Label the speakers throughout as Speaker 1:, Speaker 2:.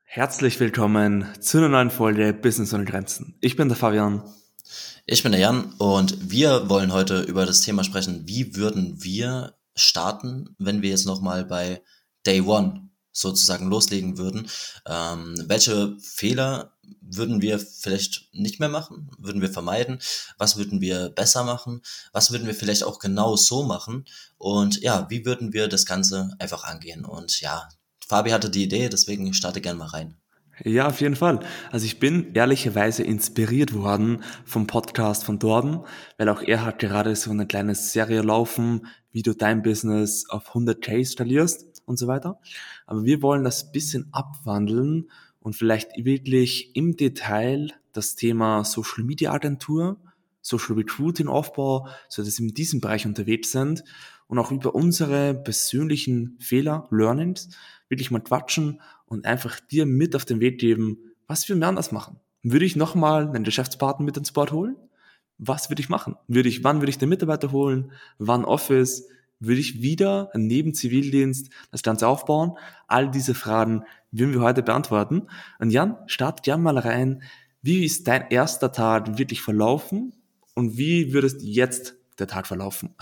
Speaker 1: Herzlich willkommen zu einer neuen Folge Business ohne Grenzen. Ich bin der Fabian.
Speaker 2: Ich bin der Jan und wir wollen heute über das Thema sprechen, wie würden wir starten, wenn wir jetzt nochmal bei Day One sozusagen loslegen würden. Welche Fehler würden wir vielleicht nicht mehr machen? Würden wir vermeiden? Was würden wir besser machen? Was würden wir vielleicht auch genau so machen? Und ja, wie würden wir das Ganze einfach angehen? Und ja, Fabi hatte die Idee, deswegen starte gerne mal rein.
Speaker 1: Ja, auf jeden Fall. Also ich bin ehrlicherweise inspiriert worden vom Podcast von Torben, weil auch er hat gerade so eine kleine Serie laufen, wie du dein Business auf 100k skalierst und so weiter. Aber wir wollen das ein bisschen abwandeln und vielleicht wirklich im Detail das Thema Social Media Agentur, Social Recruiting Aufbau, so dass wir in diesem Bereich unterwegs sind und auch über unsere persönlichen Fehler, Learnings wirklich mal quatschen und einfach dir mit auf den Weg geben, was wir anders machen. Würde ich nochmal einen Geschäftspartner mit ins Board holen? Was würde ich machen? Wann würde ich den Mitarbeiter holen? Wann Office? Würde ich wieder neben Zivildienst das Ganze aufbauen? All diese Fragen würden wir heute beantworten. Und Jan, start gern mal rein. Wie ist dein erster Tag wirklich verlaufen? Und wie würdest jetzt der Tag verlaufen?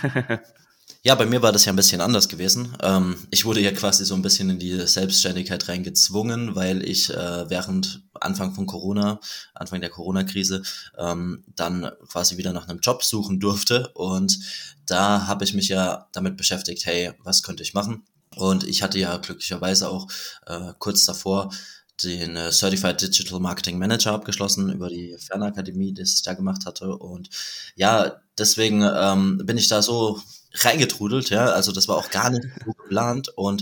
Speaker 2: Ja, bei mir war das ja ein bisschen anders gewesen. Ich wurde ja quasi so ein bisschen in die Selbstständigkeit reingezwungen, weil ich während Anfang der Corona-Krise, dann quasi wieder nach einem Job suchen durfte. Und da habe ich mich ja damit beschäftigt, hey, was könnte ich machen? Und ich hatte ja glücklicherweise auch kurz davor den Certified Digital Marketing Manager abgeschlossen über die Fernakademie, die ich da gemacht hatte. Und ja, deswegen bin ich da so reingetrudelt, ja, also das war auch gar nicht so geplant und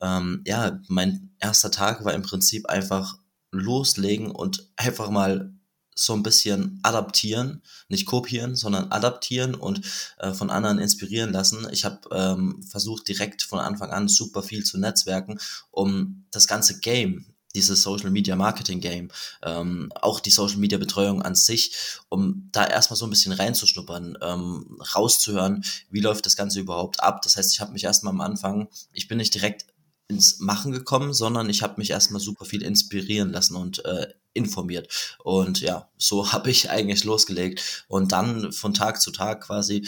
Speaker 2: ja, mein erster Tag war im Prinzip einfach loslegen und einfach mal so ein bisschen adaptieren, nicht kopieren, sondern adaptieren und von anderen inspirieren lassen. Ich habe versucht, direkt von Anfang an super viel zu netzwerken, um das ganze Game, dieses Social Media Marketing Game, auch die Social Media Betreuung an sich, um da erstmal so ein bisschen reinzuschnuppern, rauszuhören, wie läuft das Ganze überhaupt ab. Das heißt, ich habe mich erstmal am Anfang, ich bin nicht direkt ins Machen gekommen, sondern ich habe mich erstmal super viel inspirieren lassen und informiert. Und ja, so habe ich eigentlich losgelegt. Und dann von Tag zu Tag quasi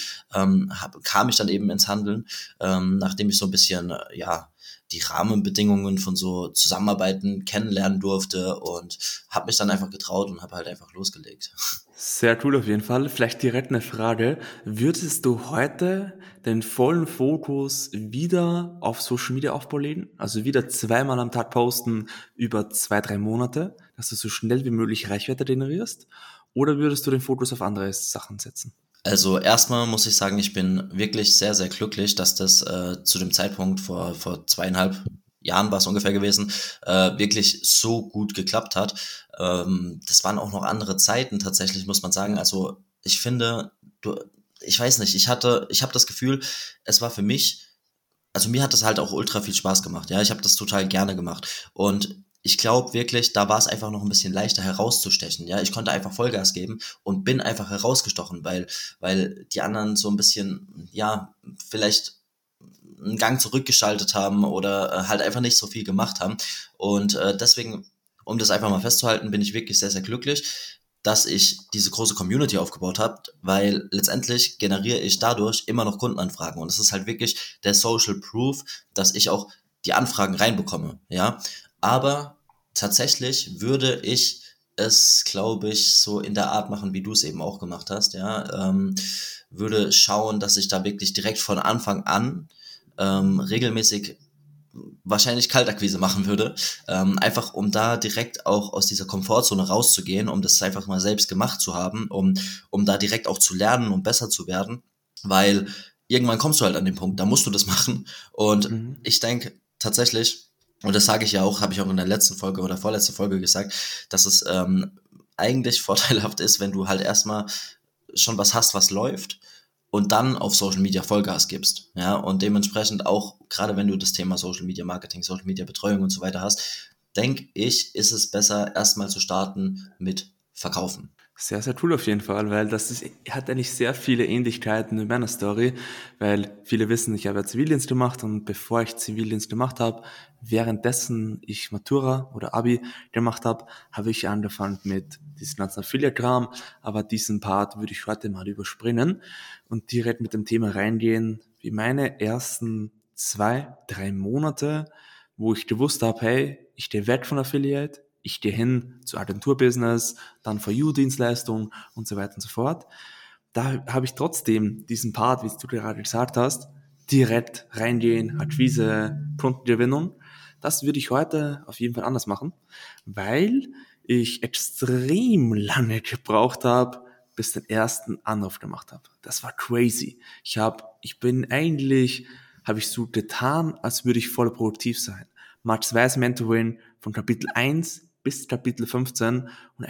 Speaker 2: kam ich dann eben ins Handeln, nachdem ich so ein bisschen, ja, die Rahmenbedingungen von so Zusammenarbeiten kennenlernen durfte und habe mich dann einfach getraut und habe halt einfach losgelegt.
Speaker 1: Sehr cool auf jeden Fall. Vielleicht direkt eine Frage. Würdest du heute den vollen Fokus wieder auf Social Media Aufbau legen? Also wieder zweimal am Tag posten über 2, 3 Monate, dass du so schnell wie möglich Reichweite generierst? Oder würdest du den Fokus auf andere Sachen setzen?
Speaker 2: Also erstmal muss ich sagen, ich bin wirklich sehr, sehr glücklich, dass das zu dem Zeitpunkt vor 2,5 Jahren war es ungefähr gewesen, wirklich so gut geklappt hat. Das waren auch noch andere Zeiten tatsächlich, muss man sagen. Also ich finde, ich weiß nicht, ich habe das Gefühl, es war für mich, also mir hat das halt auch ultra viel Spaß gemacht, ja, ich habe das total gerne gemacht und ich glaube wirklich, da war es einfach noch ein bisschen leichter herauszustechen, ja, ich konnte einfach Vollgas geben und bin einfach herausgestochen, weil die anderen so ein bisschen, ja, vielleicht einen Gang zurückgeschaltet haben oder halt einfach nicht so viel gemacht haben und deswegen, um das einfach mal festzuhalten, bin ich wirklich sehr, sehr glücklich, dass ich diese große Community aufgebaut habe, weil letztendlich generiere ich dadurch immer noch Kundenanfragen und es ist halt wirklich der Social Proof, dass ich auch die Anfragen reinbekomme, ja. Aber tatsächlich würde ich es, glaube ich, so in der Art machen, wie du es eben auch gemacht hast, ja. Würde schauen, dass ich da wirklich direkt von Anfang an regelmäßig wahrscheinlich Kaltakquise machen würde, einfach um da direkt auch aus dieser Komfortzone rauszugehen, um das einfach mal selbst gemacht zu haben, um da direkt auch zu lernen und besser zu werden, weil irgendwann kommst du halt an den Punkt, da musst du das machen und
Speaker 1: Mhm.
Speaker 2: ich denke tatsächlich, und das sage ich ja auch, habe ich auch in der letzten Folge oder vorletzte Folge gesagt, dass es eigentlich vorteilhaft ist, wenn du halt erstmal schon was hast, was läuft und dann auf Social Media Vollgas gibst. Ja, und dementsprechend auch, gerade wenn du das Thema Social Media Marketing, Social Media Betreuung und so weiter hast, denke ich, ist es besser, erstmal zu starten mit Verkaufen.
Speaker 1: Sehr, sehr cool auf jeden Fall, weil hat eigentlich sehr viele Ähnlichkeiten in meiner Story, weil viele wissen, ich habe ja Zivildienst gemacht und bevor ich Zivildienst gemacht habe, währenddessen ich Matura oder Abi gemacht habe, habe ich angefangen mit diesem ganzen Affiliate-Kram, aber diesen Part würde ich heute mal überspringen und direkt mit dem Thema reingehen, wie meine ersten 2, 3 Monate, wo ich gewusst habe, hey, ich stehe weg von Affiliate, ich gehe hin zu Agenturbusiness, dann For You-Dienstleistung und so weiter und so fort. Da habe ich trotzdem diesen Part, wie du gerade gesagt hast, direkt reingehen, Akquise, Kundengewinnung. Das würde ich heute auf jeden Fall anders machen, weil ich extrem lange gebraucht habe, bis den ersten Anruf gemacht habe. Das war crazy. Habe ich so getan, als würde ich voll produktiv sein. Max Weiß Mentoring von Kapitel 1 bis Kapitel 15 und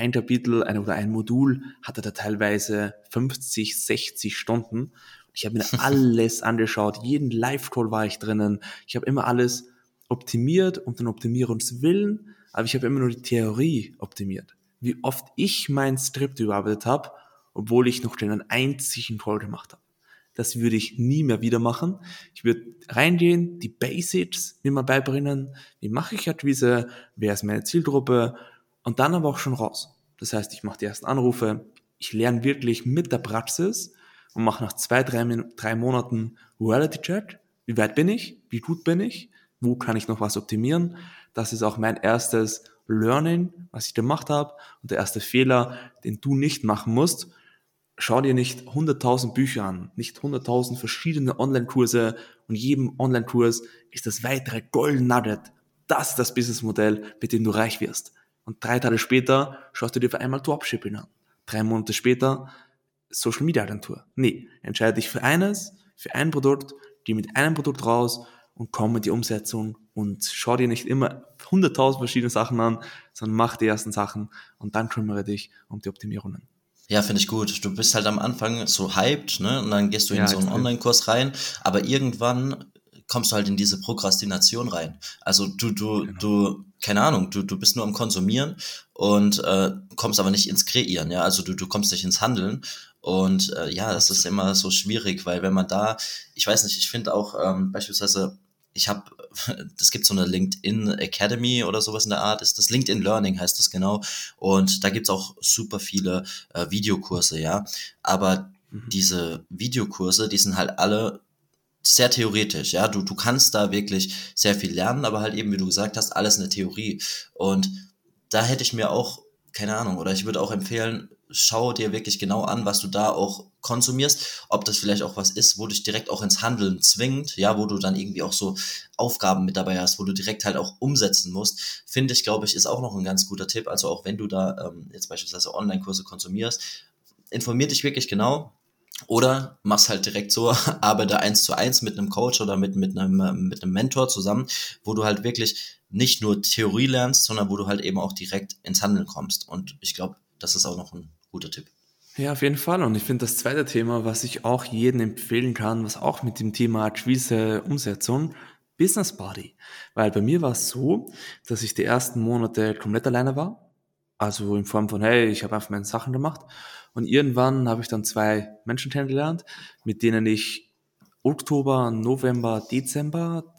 Speaker 1: ein Modul hatte da teilweise 50, 60 Stunden. Ich habe mir alles angeschaut, jeden Live-Call war ich drinnen. Ich habe immer alles optimiert um den Optimierungswillen, aber ich habe immer nur die Theorie optimiert. Wie oft ich mein Skript überarbeitet habe, obwohl ich noch den einzigen Call gemacht habe. Das würde ich nie mehr wieder machen. Ich würde reingehen, die Basics mir mal beibringen, wie mache ich Akquise, wer ist meine Zielgruppe und dann aber auch schon raus. Das heißt, ich mache die ersten Anrufe, ich lerne wirklich mit der Praxis und mache nach 2, 3 Monaten Reality-Check. Wie weit bin ich? Wie gut bin ich? Wo kann ich noch was optimieren? Das ist auch mein erstes Learning, was ich gemacht habe und der erste Fehler, den du nicht machen musst. Schau dir nicht 100.000 Bücher an, nicht 100.000 verschiedene Online-Kurse und jedem Online-Kurs ist das weitere Golden Nugget. Das ist das Businessmodell, mit dem du reich wirst. Und 3 Tage später schaust du dir auf einmal Dropshipping an. 3 Monate später Social Media Agentur. Nee, entscheide dich für ein Produkt, geh mit einem Produkt raus und komm in die Umsetzung und schau dir nicht immer 100.000 verschiedene Sachen an, sondern mach die ersten Sachen und dann kümmere dich um die Optimierungen.
Speaker 2: Ja, finde ich gut. Du bist halt am Anfang so hyped, ne? Und dann gehst du in
Speaker 1: Ja,
Speaker 2: so einen
Speaker 1: extrem.
Speaker 2: Online-Kurs rein, aber irgendwann kommst du halt in diese Prokrastination rein. Also
Speaker 1: Genau.
Speaker 2: keine Ahnung, du bist nur am Konsumieren und kommst aber nicht ins Kreieren, ja. Also du kommst nicht ins Handeln. Und ja, das ist
Speaker 1: Absolut.
Speaker 2: immer so schwierig, weil wenn man da, ich weiß nicht, ich finde auch beispielsweise, ich habe, das gibt so eine LinkedIn Academy oder sowas in der Art, ist das LinkedIn Learning heißt das genau. Und da gibt's auch super viele Videokurse, ja. Aber
Speaker 1: Mhm.
Speaker 2: diese Videokurse, die sind halt alle sehr theoretisch, ja. Du kannst da wirklich sehr viel lernen, aber halt eben, wie du gesagt hast, alles in der Theorie. Und da hätte ich mir auch, keine Ahnung, oder ich würde auch empfehlen, schau dir wirklich genau an, was du da auch konsumierst, ob das vielleicht auch was ist, wo dich direkt auch ins Handeln zwingt, ja, wo du dann irgendwie auch so Aufgaben mit dabei hast, wo du direkt halt auch umsetzen musst, finde ich, glaube ich, ist auch noch ein ganz guter Tipp. Also auch wenn du da jetzt beispielsweise Online-Kurse konsumierst, informier dich wirklich genau, oder mach's halt direkt so, arbeite 1:1 mit einem Coach oder mit einem Mentor zusammen, wo du halt wirklich nicht nur Theorie lernst, sondern wo du halt eben auch direkt ins Handeln kommst. Und ich glaube, das ist auch noch ein guter Tipp.
Speaker 1: Ja, auf jeden Fall. Und ich finde das zweite Thema, was ich auch jedem empfehlen kann, was auch mit dem Thema Akquise, Umsetzung, Business Buddy. Weil bei mir war es so, dass ich die ersten Monate komplett alleine war. Also in Form von, hey, ich habe einfach meine Sachen gemacht. Und irgendwann habe ich dann 2 Menschen kennengelernt, mit denen ich Oktober, November, Dezember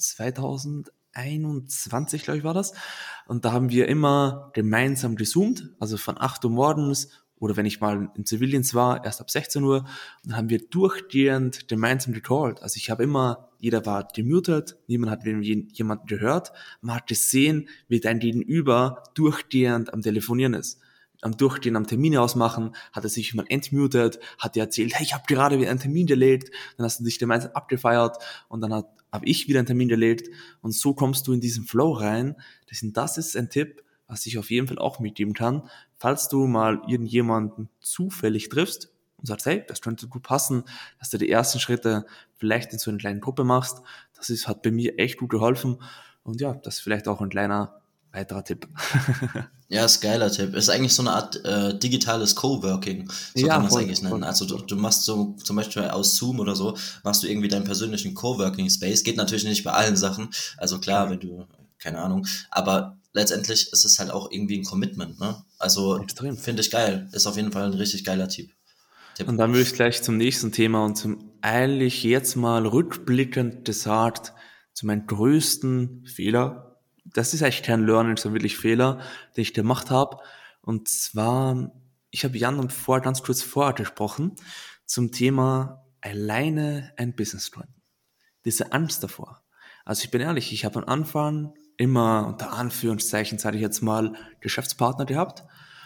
Speaker 1: 2021, glaube ich, war das. Und da haben wir immer gemeinsam gezoomt, also von 8 Uhr morgens oder wenn ich mal im Zivildienst war, erst ab 16 Uhr. Und dann haben wir durchgehend gemeinsam gecallt. Also jeder war gemutet, niemand hat jemanden gehört. Man hat gesehen, wie dein Gegenüber durchgehend am Telefonieren ist. Am Termine ausmachen, hat er sich jemand entmutet, hat dir erzählt, hey, ich habe gerade wieder einen Termin gelegt, dann hast du dich gemeinsam abgefeiert und dann habe ich wieder einen Termin gelegt und so kommst du in diesen Flow rein. Das ist ein Tipp, was ich auf jeden Fall auch mitgeben kann, falls du mal irgendjemanden zufällig triffst und sagst, hey, das könnte gut passen, dass du die ersten Schritte vielleicht in so einer kleinen Gruppe machst. Hat bei mir echt gut geholfen und ja, das ist vielleicht auch ein kleiner weiterer Tipp.
Speaker 2: Ja, ist geiler Tipp. Ist eigentlich so eine Art digitales Coworking, so kann
Speaker 1: Ja,
Speaker 2: man es
Speaker 1: voll,
Speaker 2: eigentlich nennen.
Speaker 1: voll,
Speaker 2: Also du,
Speaker 1: voll.
Speaker 2: du machst so zum Beispiel aus Zoom oder so, machst du irgendwie deinen persönlichen Coworking Space. Geht natürlich nicht bei allen Sachen. Also klar,
Speaker 1: Klar.
Speaker 2: wenn du, keine Ahnung. Aber letztendlich ist es halt auch irgendwie ein Commitment, ne? Also
Speaker 1: Extrem.
Speaker 2: finde ich geil. Ist auf jeden Fall ein richtig geiler Tipp.
Speaker 1: Und dann würde ich gleich zum nächsten Thema und zum eigentlich jetzt mal rückblickend gesagt, zu meinem größten Fehler. Das ist eigentlich kein Learning, sondern wirklich Fehler, den ich gemacht habe. Und zwar, ich habe Jan und vorher ganz kurz vorher gesprochen zum Thema alleine ein Business gründen. Diese Angst davor. Also ich bin ehrlich, ich habe am Anfang immer unter Anführungszeichen, sage ich jetzt mal, Geschäftspartner gehabt.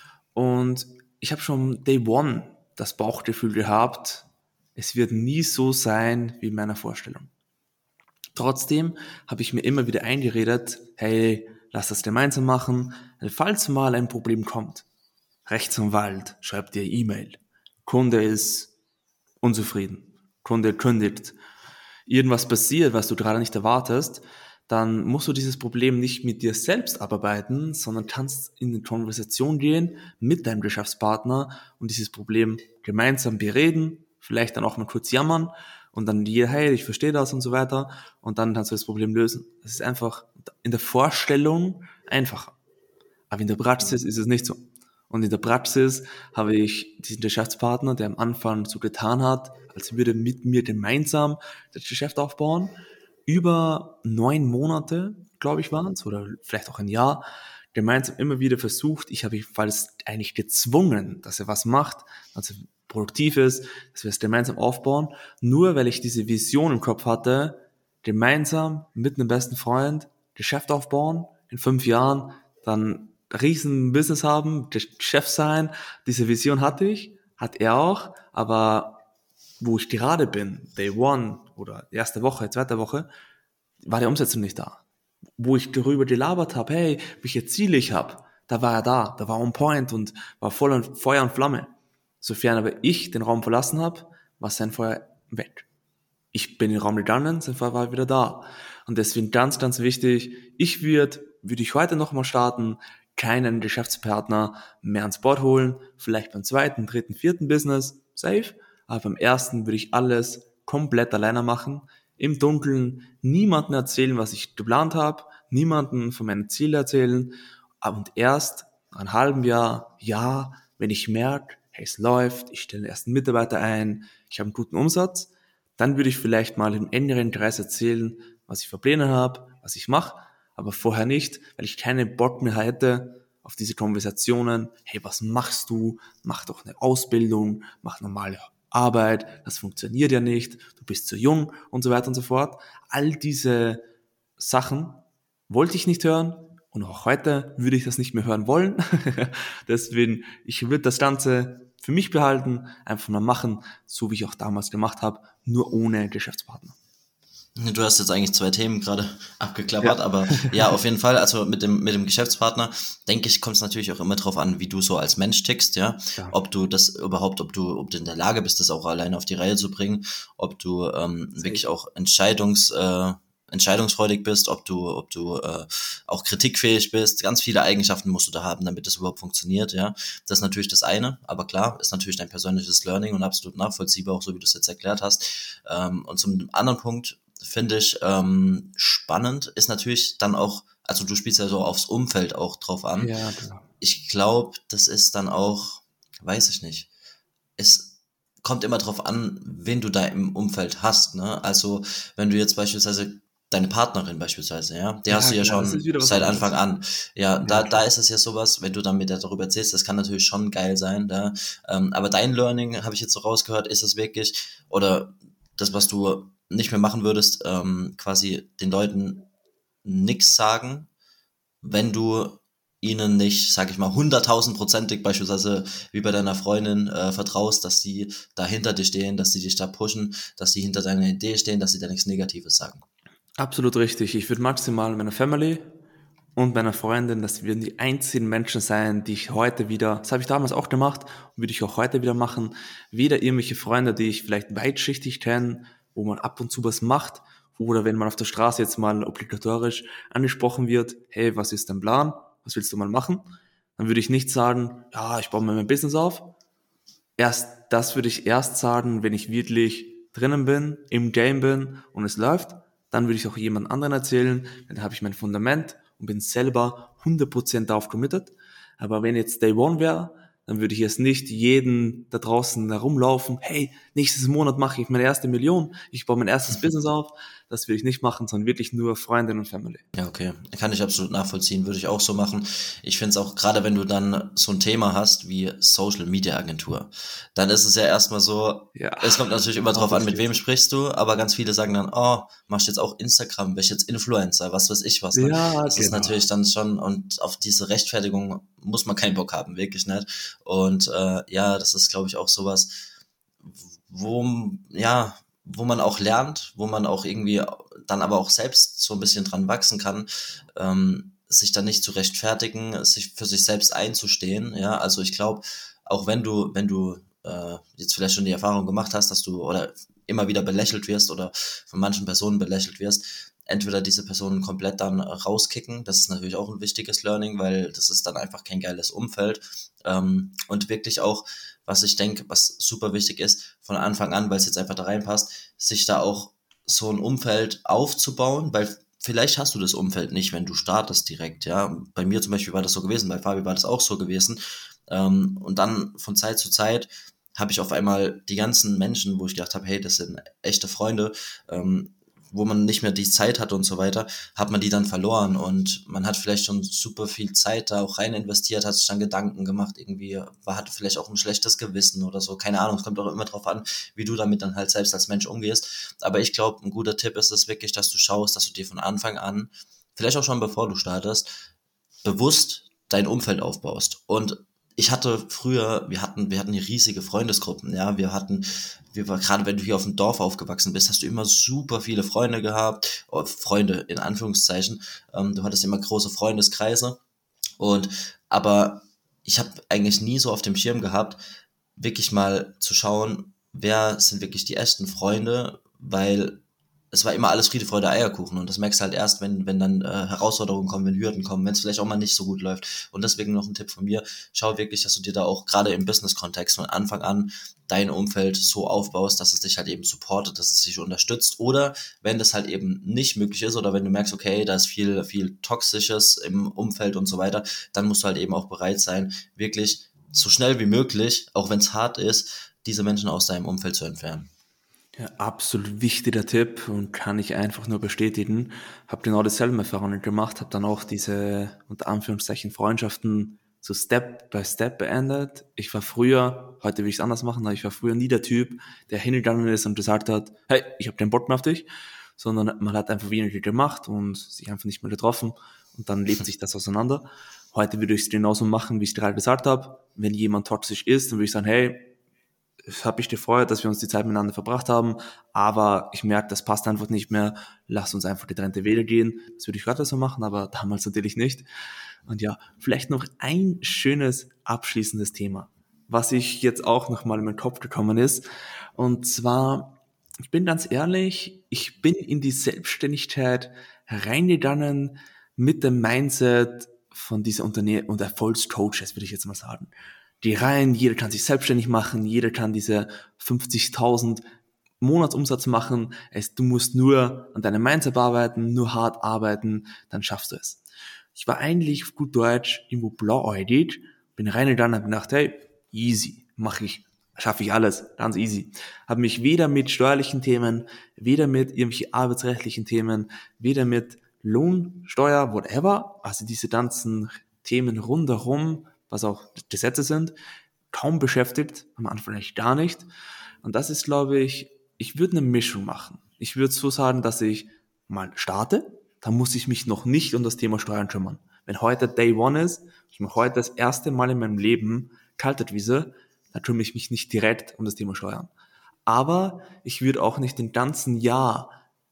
Speaker 1: Und ich habe schon Day One das Bauchgefühl gehabt, es wird nie so sein wie in meiner Vorstellung. Trotzdem habe ich mir immer wieder eingeredet, hey, lass das gemeinsam machen, falls mal ein Problem kommt. Rechtsanwalt schreibt dir E-Mail, Kunde ist unzufrieden, Kunde kündigt, irgendwas passiert, was du gerade nicht erwartest, dann musst du dieses Problem nicht mit dir selbst abarbeiten, sondern kannst in eine Konversation gehen mit deinem Geschäftspartner und dieses Problem gemeinsam bereden, vielleicht dann auch mal kurz jammern und dann dir, hey, ich verstehe das und so weiter und dann kannst du das Problem lösen. Das ist einfach in der Vorstellung einfacher. Aber in der Praxis ist es nicht so. Und in der Praxis habe ich diesen Geschäftspartner, der am Anfang so getan hat, als würde mit mir gemeinsam das Geschäft aufbauen, über 9 Monate, glaube ich, waren es, oder vielleicht auch ein Jahr, gemeinsam immer wieder versucht, ich habe ihn fast eigentlich gezwungen, dass er was macht, dass er produktiv ist, dass wir es gemeinsam aufbauen, nur weil ich diese Vision im Kopf hatte, gemeinsam mit einem besten Freund Geschäft aufbauen, in 5 Jahren dann riesen Business haben, Chef sein, diese Vision hatte ich, hat er auch, aber wo ich gerade bin, Day One oder erste Woche, zweite Woche, war die Umsetzung nicht da. Wo ich darüber gelabert habe, hey, welche Ziele ich habe, da war er da war on point und war voll Feuer und Flamme. Sofern aber ich den Raum verlassen habe, war sein Feuer weg. Ich bin in den Raum gegangen, sein Feuer war wieder da. Und deswegen ganz, ganz wichtig, würde ich heute nochmal starten, keinen Geschäftspartner mehr ans Board holen, vielleicht beim zweiten, dritten, vierten Business, safe, aber beim ersten würde ich alles komplett alleine machen, im Dunkeln, niemandem erzählen, was ich geplant habe, niemandem von meinen Zielen erzählen und erst nach einem halben Jahr, wenn ich merke, hey, es läuft, ich stelle den ersten Mitarbeiter ein, ich habe einen guten Umsatz, dann würde ich vielleicht mal im engeren Kreis erzählen, was ich für Pläne habe, was ich mache, aber vorher nicht, weil ich keinen Bock mehr hätte auf diese Konversationen. Hey, was machst du? Mach doch eine Ausbildung, mach normale Arbeit, das funktioniert ja nicht, du bist zu jung und so weiter und so fort. All diese Sachen wollte ich nicht hören und auch heute würde ich das nicht mehr hören wollen. Deswegen, ich würde das Ganze für mich behalten, einfach mal machen, so wie ich auch damals gemacht habe, nur ohne Geschäftspartner.
Speaker 2: Du hast jetzt eigentlich 2 Themen gerade abgeklappert,
Speaker 1: Ja.
Speaker 2: aber ja, auf jeden Fall, also mit dem Geschäftspartner, denke ich, kommt es natürlich auch immer drauf an, wie du so als Mensch tickst, ja,
Speaker 1: Ja.
Speaker 2: ob du das überhaupt, ob du in der Lage bist, das auch alleine auf die Reihe zu bringen, ob du wirklich auch entscheidungsfreudig bist, ob du auch kritikfähig bist. Ganz viele Eigenschaften musst du da haben, damit das überhaupt funktioniert, ja. Das ist natürlich das eine, aber klar, ist natürlich dein persönliches Learning und absolut nachvollziehbar, auch so wie du es jetzt erklärt hast. Und zum anderen Punkt, finde ich spannend, ist natürlich dann auch, also du spielst ja so aufs Umfeld auch drauf an.
Speaker 1: Ja, genau.
Speaker 2: Ich glaube, das ist dann auch, weiß ich nicht, es kommt immer drauf an, wen du da im Umfeld hast, ne? Also wenn du jetzt beispielsweise deine Partnerin beispielsweise, ja, die hast
Speaker 1: Ja,
Speaker 2: du ja
Speaker 1: klar, das ist
Speaker 2: schon
Speaker 1: wieder was
Speaker 2: seit Anfang
Speaker 1: anderes.
Speaker 2: an. Ja,
Speaker 1: Ja,
Speaker 2: da
Speaker 1: klar.
Speaker 2: ist es ja sowas, wenn du dann mit der darüber erzählst, das kann natürlich schon geil sein, da. Aber dein Learning, habe ich jetzt so rausgehört, ist es wirklich, oder das, was du nicht mehr machen würdest, quasi den Leuten nix sagen, wenn du ihnen nicht, sag ich mal, 100.000%ig beispielsweise wie bei deiner Freundin vertraust, dass die da hinter dir stehen, dass die dich da pushen, dass die hinter deiner Idee stehen, dass sie da nichts Negatives sagen.
Speaker 1: Absolut richtig. Ich würde maximal meiner Family und meiner Freundin, das werden die einzigen Menschen sein, die ich heute wieder, das habe ich damals auch gemacht und würde ich auch heute wieder machen, weder irgendwelche Freunde, die ich vielleicht weitschichtig kenne, wo man ab und zu was macht, oder wenn man auf der Straße jetzt mal obligatorisch angesprochen wird, hey, was ist dein Plan? Was willst du mal machen? Dann würde ich nicht sagen, ja, ich baue mal mein Business auf. Das würde ich erst sagen, wenn ich wirklich drinnen bin, im Game bin und es läuft. Dann würde ich auch jemand anderen erzählen. Dann habe ich mein Fundament und bin selber 100% darauf committed. Aber wenn jetzt Day One wäre, dann würde ich jetzt nicht jeden da draußen herumlaufen, hey, nächstes Monat mache ich meine erste Million, ich baue mein erstes Business auf. Das würde ich nicht machen, sondern wirklich nur Freundinnen und Family.
Speaker 2: Ja, okay. Kann ich absolut nachvollziehen, würde ich auch so machen. Ich finde es auch, gerade wenn du dann so ein Thema hast wie Social Media Agentur, dann ist es ja erstmal so,
Speaker 1: Ja,
Speaker 2: es kommt natürlich immer drauf an, mit wem sprichst du, aber ganz viele sagen dann, oh, machst du jetzt auch Instagram, bist jetzt Influencer, was weiß ich was, ne?
Speaker 1: ja,
Speaker 2: Das ist
Speaker 1: genau.
Speaker 2: natürlich dann schon, und auf diese Rechtfertigung muss man keinen Bock haben, wirklich nicht. Und ja, das ist, glaube ich, auch sowas, wo, ja, wo man auch lernt, wo man auch irgendwie dann aber auch selbst so ein bisschen dran wachsen kann, sich dann nicht zu rechtfertigen, sich für sich selbst einzustehen, ja, also ich glaube, auch wenn du jetzt vielleicht schon die Erfahrung gemacht hast, dass du oder immer wieder belächelt wirst oder von manchen Personen belächelt wirst, entweder diese Personen komplett dann rauskicken, das ist natürlich auch ein wichtiges Learning, weil das ist dann einfach kein geiles Umfeld, und wirklich auch, was ich denke, was super wichtig ist, von Anfang an, weil es jetzt einfach da reinpasst, sich da auch so ein Umfeld aufzubauen, weil vielleicht hast du das Umfeld nicht, wenn du startest direkt, ja. Bei mir zum Beispiel war das so gewesen, bei Fabi war das auch so gewesen. Und dann von Zeit zu Zeit habe ich auf einmal die ganzen Menschen, wo ich gedacht habe, hey, das sind echte Freunde, wo man nicht mehr die Zeit hatte und so weiter, hat man die dann verloren und man hat vielleicht schon super viel Zeit da auch rein investiert, hat sich dann Gedanken gemacht, irgendwie, hatte vielleicht auch ein schlechtes Gewissen oder so, keine Ahnung, es kommt auch immer drauf an, wie du damit dann halt selbst als Mensch umgehst, aber ich glaube, ein guter Tipp ist es wirklich, dass du schaust, dass du dir von Anfang an, vielleicht auch schon bevor du startest, bewusst dein Umfeld aufbaust. Und ich hatte früher, wir hatten hier riesige Freundesgruppen, ja, gerade wenn du hier auf dem Dorf aufgewachsen bist, hast du immer super viele Freunde gehabt, Freunde in Anführungszeichen, du hattest immer große Freundeskreise und, aber ich habe eigentlich nie so auf dem Schirm gehabt, wirklich mal zu schauen, wer sind wirklich die echten Freunde, weil es war immer alles Friede, Freude, Eierkuchen und das merkst du halt erst, wenn dann Herausforderungen kommen, wenn Hürden kommen, wenn es vielleicht auch mal nicht so gut läuft. Und deswegen noch ein Tipp von mir, schau wirklich, dass du dir da auch gerade im Business-Kontext von Anfang an dein Umfeld so aufbaust, dass es dich halt eben supportet, dass es dich unterstützt. Oder wenn das halt eben nicht möglich ist oder wenn du merkst, okay, da ist viel, viel Toxisches im Umfeld und so weiter, dann musst du halt eben auch bereit sein, wirklich so schnell wie möglich, auch wenn es hart ist, diese Menschen aus deinem Umfeld zu entfernen.
Speaker 1: Ja, absolut wichtiger Tipp und kann ich einfach nur bestätigen. Habe genau dieselben Erfahrungen gemacht, habe dann auch diese unter Anführungszeichen Freundschaften so Step by Step beendet. Ich war früher, heute will ich es anders machen, aber ich war früher nie der Typ, der hingegangen ist und gesagt hat, hey, ich habe keinen Bock mehr auf dich, sondern man hat einfach weniger gemacht und sich einfach nicht mehr getroffen und dann lebt sich das auseinander. Heute würde ich es genauso machen, wie ich es gerade gesagt habe. Wenn jemand toxisch ist, dann würde ich sagen, hey, es hat mich gefreut, dass wir uns die Zeit miteinander verbracht haben, aber ich merke, das passt einfach nicht mehr. Lass uns einfach getrennte Wege gehen. Das würde ich gerade so machen, aber damals natürlich nicht. Und ja, vielleicht noch ein schönes abschließendes Thema, was ich jetzt auch nochmal in meinen Kopf gekommen ist. Und zwar, ich bin ganz ehrlich, ich bin in die Selbstständigkeit reingegangen mit dem Mindset von dieser Unternehmen und Erfolgscoaches, würde ich jetzt mal sagen. Die rein, jeder kann sich selbstständig machen, jeder kann diese 50.000 Monatsumsatz machen. Du musst nur an deinem Mindset arbeiten, nur hart arbeiten, dann schaffst du es. Ich war eigentlich auf gut Deutsch irgendwo blauäugig, bin reingegangen und habe gedacht, hey, easy, mache ich, schaffe ich alles, ganz easy. Habe mich weder mit steuerlichen Themen, weder mit irgendwelchen arbeitsrechtlichen Themen, weder mit Lohn, Steuer, whatever, also diese ganzen Themen rundherum, was auch Gesetze sind, kaum beschäftigt, am Anfang eigentlich gar nicht. Und das ist, glaube ich würde eine Mischung machen. Ich würde so sagen, dass ich mal starte, dann muss ich mich noch nicht um das Thema Steuern kümmern. Wenn heute Day One ist, ich mache heute das erste Mal in meinem Leben Kaltakquise, dann kümmere ich mich nicht direkt um das Thema Steuern. Aber ich würde auch nicht den ganzen Jahr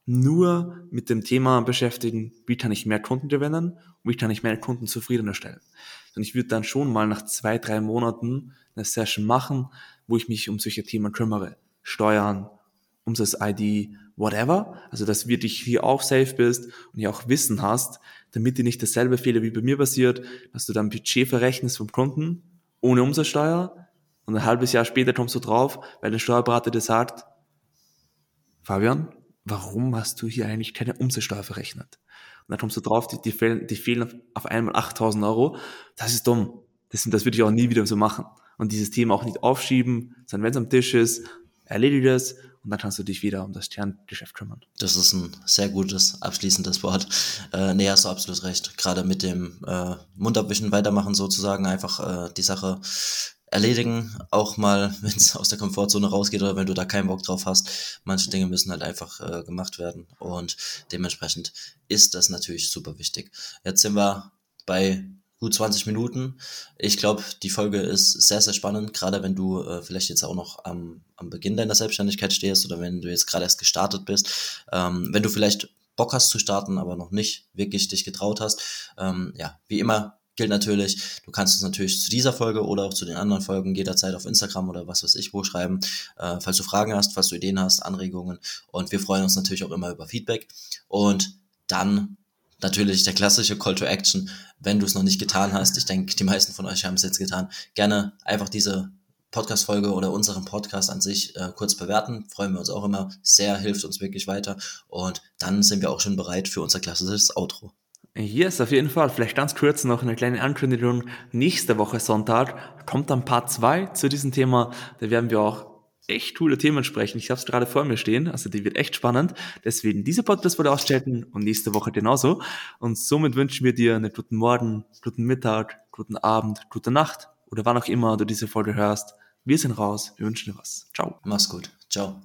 Speaker 1: nur mit dem Thema beschäftigen, wie kann ich mehr Kunden gewinnen und wie kann ich mehr Kunden zufriedener stellen. Und ich würde dann schon mal nach 2, 3 Monaten eine Session machen, wo ich mich um solche Themen kümmere. Steuern, Umsatz-ID, whatever. Also, dass du wirklich hier auch safe bist und hier auch Wissen hast, damit dir nicht dasselbe Fehler wie bei mir passiert, dass du dann Budget verrechnest vom Kunden ohne Umsatzsteuer und ein halbes Jahr später kommst du drauf, weil der Steuerberater dir sagt, Fabian, warum hast du hier eigentlich keine Umsatzsteuer verrechnet? dann kommst du drauf, die fehlen auf einmal 8.000 Euro. Das ist dumm. Das würde ich auch nie wieder so machen. Und dieses Thema auch nicht aufschieben, sondern wenn es am Tisch ist, erledige es und dann kannst du dich wieder um das Kerngeschäft kümmern.
Speaker 2: Das ist ein sehr gutes, abschließendes Wort. Nee, hast du absolut recht. Gerade mit dem Mund abwischen, weitermachen sozusagen, einfach die Sache erledigen, auch mal, wenn es aus der Komfortzone rausgeht oder wenn du da keinen Bock drauf hast. Manche Dinge müssen halt einfach gemacht werden und dementsprechend ist das natürlich super wichtig. Jetzt sind wir bei gut 20 Minuten. Ich glaube, die Folge ist sehr, sehr spannend, gerade wenn du vielleicht jetzt auch noch am Beginn deiner Selbstständigkeit stehst oder wenn du jetzt gerade erst gestartet bist. Wenn du vielleicht Bock hast zu starten, aber noch nicht wirklich dich getraut hast. Ja, wie immer gilt natürlich, du kannst uns natürlich zu dieser Folge oder auch zu den anderen Folgen jederzeit auf Instagram oder was weiß ich wo schreiben, falls du Fragen hast, falls du Ideen hast, Anregungen und wir freuen uns natürlich auch immer über Feedback und dann natürlich der klassische Call to Action, wenn du es noch nicht getan hast, ich denke, die meisten von euch haben es jetzt getan, gerne einfach diese Podcast-Folge oder unseren Podcast an sich kurz bewerten, freuen wir uns auch immer sehr, hilft uns wirklich weiter und dann sind wir auch schon bereit für unser klassisches Outro.
Speaker 1: Yes, auf jeden Fall. Vielleicht ganz kurz noch eine kleine Ankündigung. Nächste Woche Sonntag kommt dann Part 2 zu diesem Thema. Da werden wir auch echt coole Themen sprechen. Ich habe es gerade vor mir stehen, also die wird echt spannend. Deswegen diese Podcast wurde ausstellen und nächste Woche genauso. Und somit wünschen wir dir einen guten Morgen, guten Mittag, guten Abend, gute Nacht oder wann auch immer du diese Folge hörst. Wir sind raus. Wir wünschen dir was. Ciao.
Speaker 2: Mach's gut. Ciao.